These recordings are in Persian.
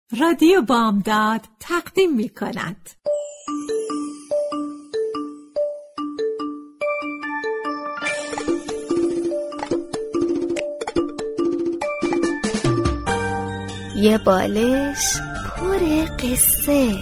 رادیو بامداد تقدیم می کند. یه بالش پر قصه.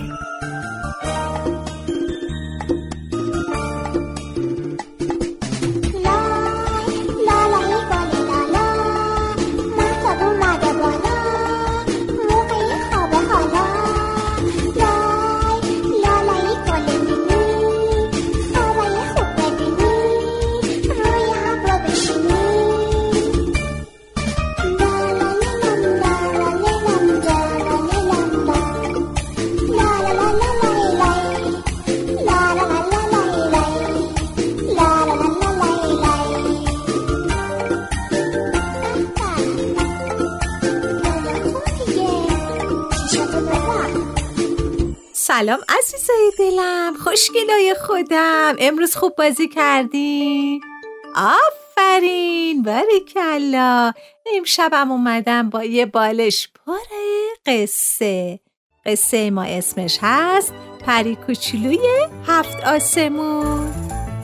سلام عزیزای دلم، خوشگلای خودم، امروز خوب بازی کردین؟ آفرین، باریکلا. امشبم اومدم با یه بالش پر قصه. قصه ما اسمش هست پری کوچولوی 7 آسمون.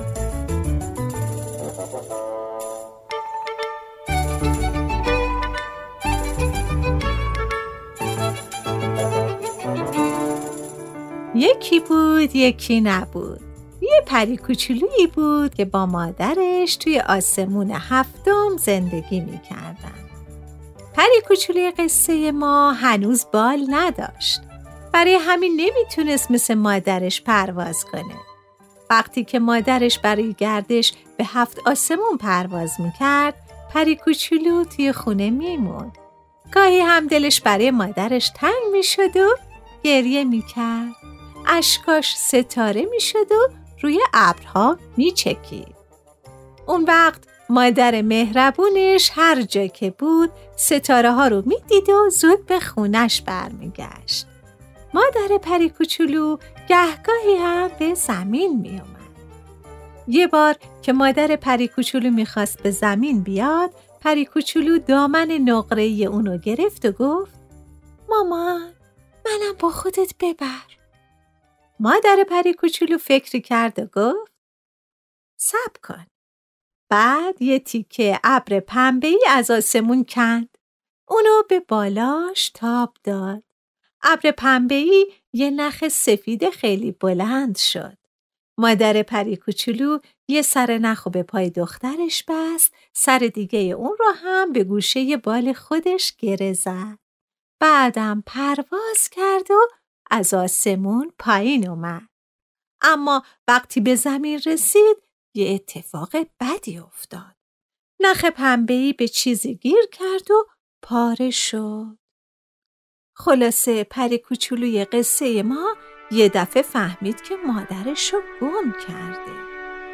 یکی بود یکی نبود. یه پری کوچولویی بود که با مادرش توی آسمون 7 زندگی می‌کردن. پری کوچولوی قصه ما هنوز بال نداشت. برای همین نمیتونست مثل مادرش پرواز کنه. وقتی که مادرش برای گردش به 7 آسمون پرواز می‌کرد، پری کوچولو توی خونه میموند. گاهی هم دلش برای مادرش تنگ می‌شد و گریه می‌کرد. اشکاش ستاره میشد و روی ابرها میچکید. اون وقت مادر مهربونش هر جا که بود ستاره ها رو میدید و زود به خونش برمیگشت. مادر پری کوچولو گهگاهی هم به زمین میومد. یه بار که مادر پری کوچولو میخواست به زمین بیاد، پری کوچولو دامن نقره‌ای اونو گرفت و گفت: مامان، منم با خودت ببر. مادر پری کوچولو فکری کرد و گفت: صبر کن. بعد یه تیکه ابر پنبه‌ای از آسمون کند. اونو به بالاش تاب داد. ابر پنبه‌ای یه نخ سفید خیلی بلند شد. مادر پری کوچولو یه سر نخو به پای دخترش بست، سر دیگه اون رو هم به گوشه بال خودش گره زد. بعدم پرواز کرد و از آسمون پایین اومد. اما وقتی به زمین رسید یه اتفاق بدی افتاد. نخ پنبه‌ای به چیزی گیر کرد و پاره شد. خلاصه پری کوچولوی قصه ما یه دفعه فهمید که مادرش رو گم کرده.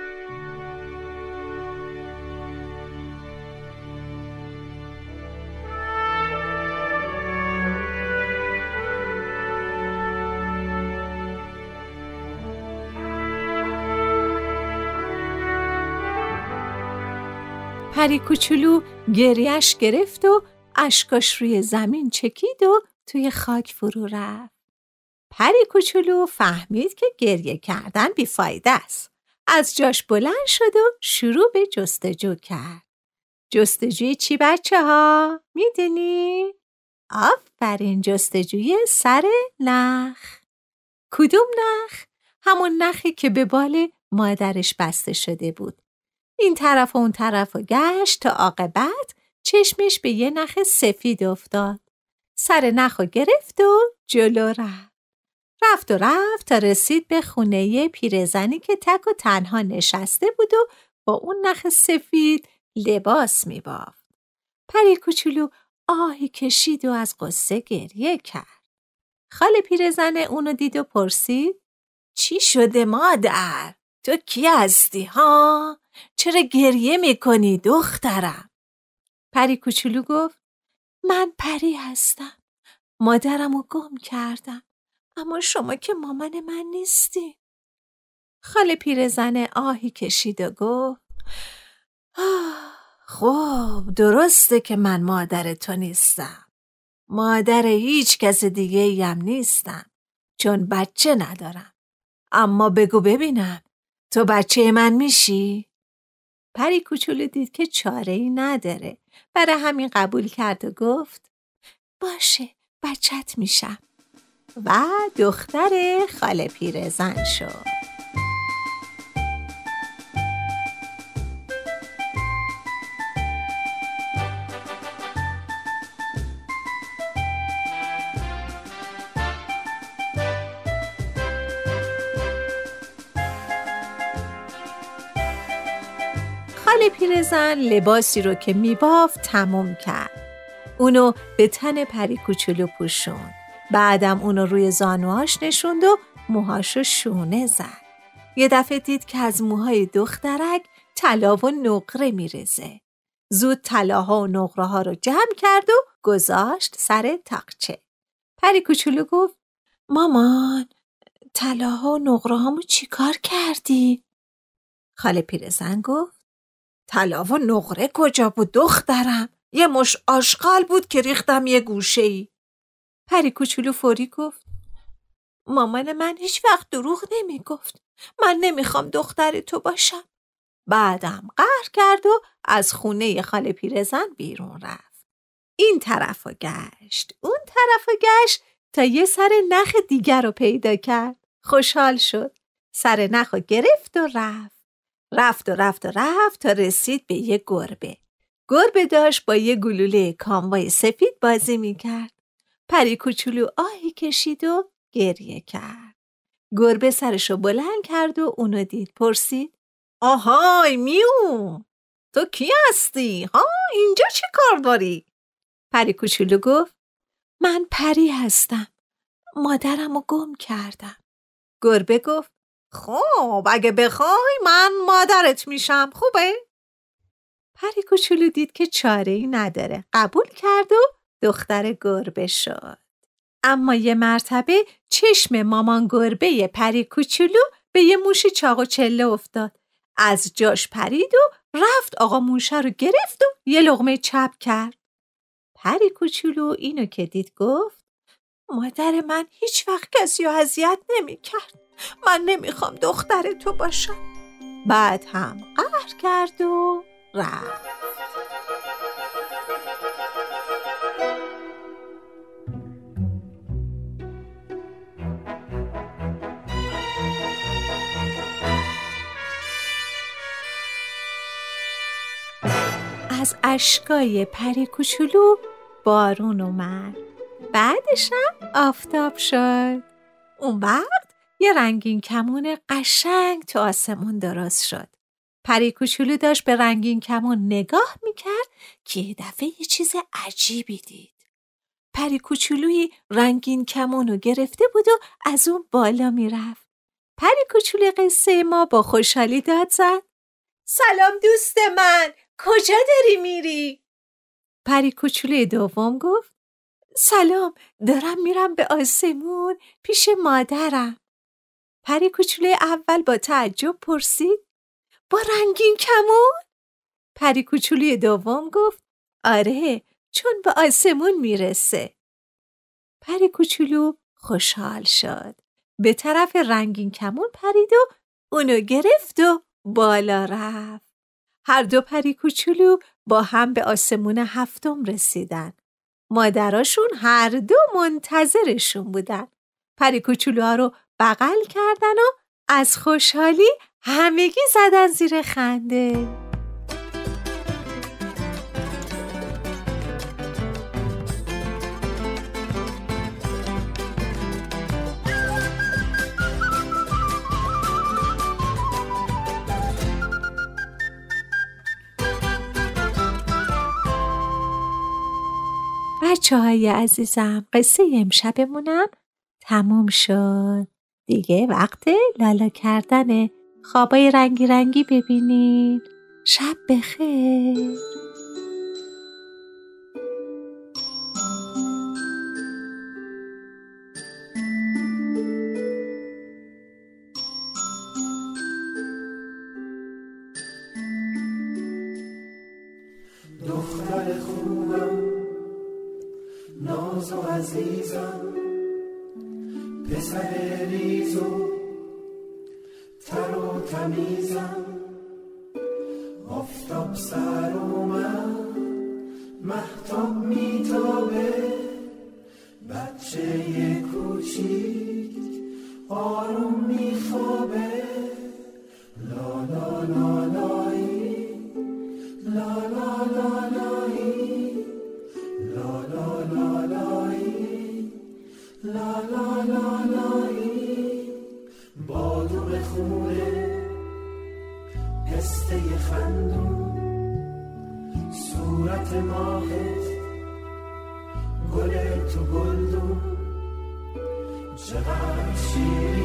پری کوچولو گریه‌اش گرفت و اشکاش روی زمین چکید و توی خاک فرو رفت. پری کوچولو فهمید که گریه کردن بیفایده است. از جاش بلند شد و شروع به جستجو کرد. جستجوی چی بچه ها؟ میدونی؟ آفرین، جستجوی سر نخ. کدوم نخ؟ همون نخی که به بال مادرش بسته شده بود. این طرف و اون طرف و گشت تا عاقبت چشمش به یه نخ سفید افتاد. سر نخ رو گرفت و جلو رفت تا رسید به خونه پیرزنی که تک و تنها نشسته بود و با اون نخ سفید لباس می‌بافت. پری کوچولو آهی کشید و از قصه گریه کرد. خاله پیرزن اونو دید و پرسید: چی شده مادر؟ تو کی هستی ها؟ چرا گریه میکنی دخترم؟ پری کوچولو گفت: من پری هستم. مادرمو گم کردم. اما شما که مامان من نیستی. خاله پیرزن آهی کشید و گفت: خب درسته که من مادر تو نیستم. مادر هیچ کس دیگه ایم نیستم چون بچه ندارم. اما بگو ببینم تو بچه من میشی؟ پری کوچولو دید که چاره‌ای نداره. برای همین قبول کرد و گفت باشه بچت میشم و دختر خاله پیرزن شد. خاله پیرزن لباسی رو که میبافت تموم کرد. اونو به تن پری کوچولو پوشوند. بعدم اونو روی زانوهاش نشوند و موهاشو شونه زد. یه دفعه دید که از موهای دخترک طلا و نقره میرزه. زود طلاها و نقره ها رو جمع کرد و گذاشت سر تاقچه. پری کوچولو گفت مامان طلاها و نقره هامو چی کار کردی؟ خاله پیرزن گفت طلا و نقره کجا بود دخترم؟ یه مش آشغال بود که ریختم یه گوشه‌ای. پری کوچولو فوری گفت مامان من هیچ وقت دروغ نمی گفت. من نمیخوام دختر تو باشم. بعدم قهر کرد و از خونه خاله پیرزن بیرون رفت. این طرف و گشت اون طرف و گشت تا یه سر نخ دیگر رو پیدا کرد. خوشحال شد. سر نخ رو گرفت و رفت تا رسید به یه گربه. گربه داشت با یه گلوله کاموای سفید بازی میکرد. پری کوچولو آهی کشید و گریه کرد. گربه سرشو بلند کرد و اونو دید. پرسید آهای میو تو کی هستی؟ اینجا چی کار داری؟ پری کوچولو گفت من پری هستم. مادرمو گم کردم. گربه گفت خب اگه بخوای من مادرت میشم. خوبه؟ پری کوچولو دید که چاره‌ای نداره. قبول کرد و دختر گربه شد. اما یه مرتبه چشم مامان گربه پری کوچولو به یه موش چاق و چله افتاد. از جاش پرید و رفت آقا موشه رو گرفت و یه لقمه چپ کرد. پری کوچولو اینو که دید گفت مادر من هیچ وقت کسی رو اذیت نمی کرد. من نمیخوام دختر تو باشم. بعد هم قهر کرد و رفت. از اشکای پری کوچولو بارون اومد. بعدش هم آفتاب شد. اون وقت یه رنگین کمون قشنگ تو آسمون درست شد. پری کوچولو داشت به رنگین کمون نگاه میکرد که یه دفعه یه چیز عجیبی دید. پری کوچولوی رنگین کمونو گرفته بود و از اون بالا میرفت. پری کوچولوی قصه ما با خوشحالی داد زد سلام دوست من، کجا داری میری؟ پری کوچولوی دوم گفت سلام، دارم میرم به آسمون پیش مادرم. پری کوچولوی اول با تعجب پرسید با رنگین کمون؟ پری کوچولوی دوم گفت آره، چون به آسمون میرسه. پری کوچولو خوشحال شد. به طرف رنگین کمون پرید و اونو گرفت و بالا رفت. هر دو پری کوچولو با هم به آسمون هفتم رسیدن. مادراشون هر دو منتظرشون بودن. پری کوچولوها رو بغل کردن و از خوشحالی همگی زدن زیر خنده. بچه‌های عزیزم، قصه امشبمونم تموم شد. دیگه وقت لالا کردنه. خوابای رنگی رنگی ببینید. شب بخیر. دختر خوبم، ناز ناز و عزیزم، پسر ریز و تر و تمیزم. آفتاب سر اومد، مهتاب میتابه، بچه ی کوچیک آروم میخوابه. لا لا لا لایی، لا لا لا لایی، لا لا لا لایی، لا لا لا لایی. بادوم خونه، پسته خندون، صورت ماهت، گل تو گلدون. چقدر شیرین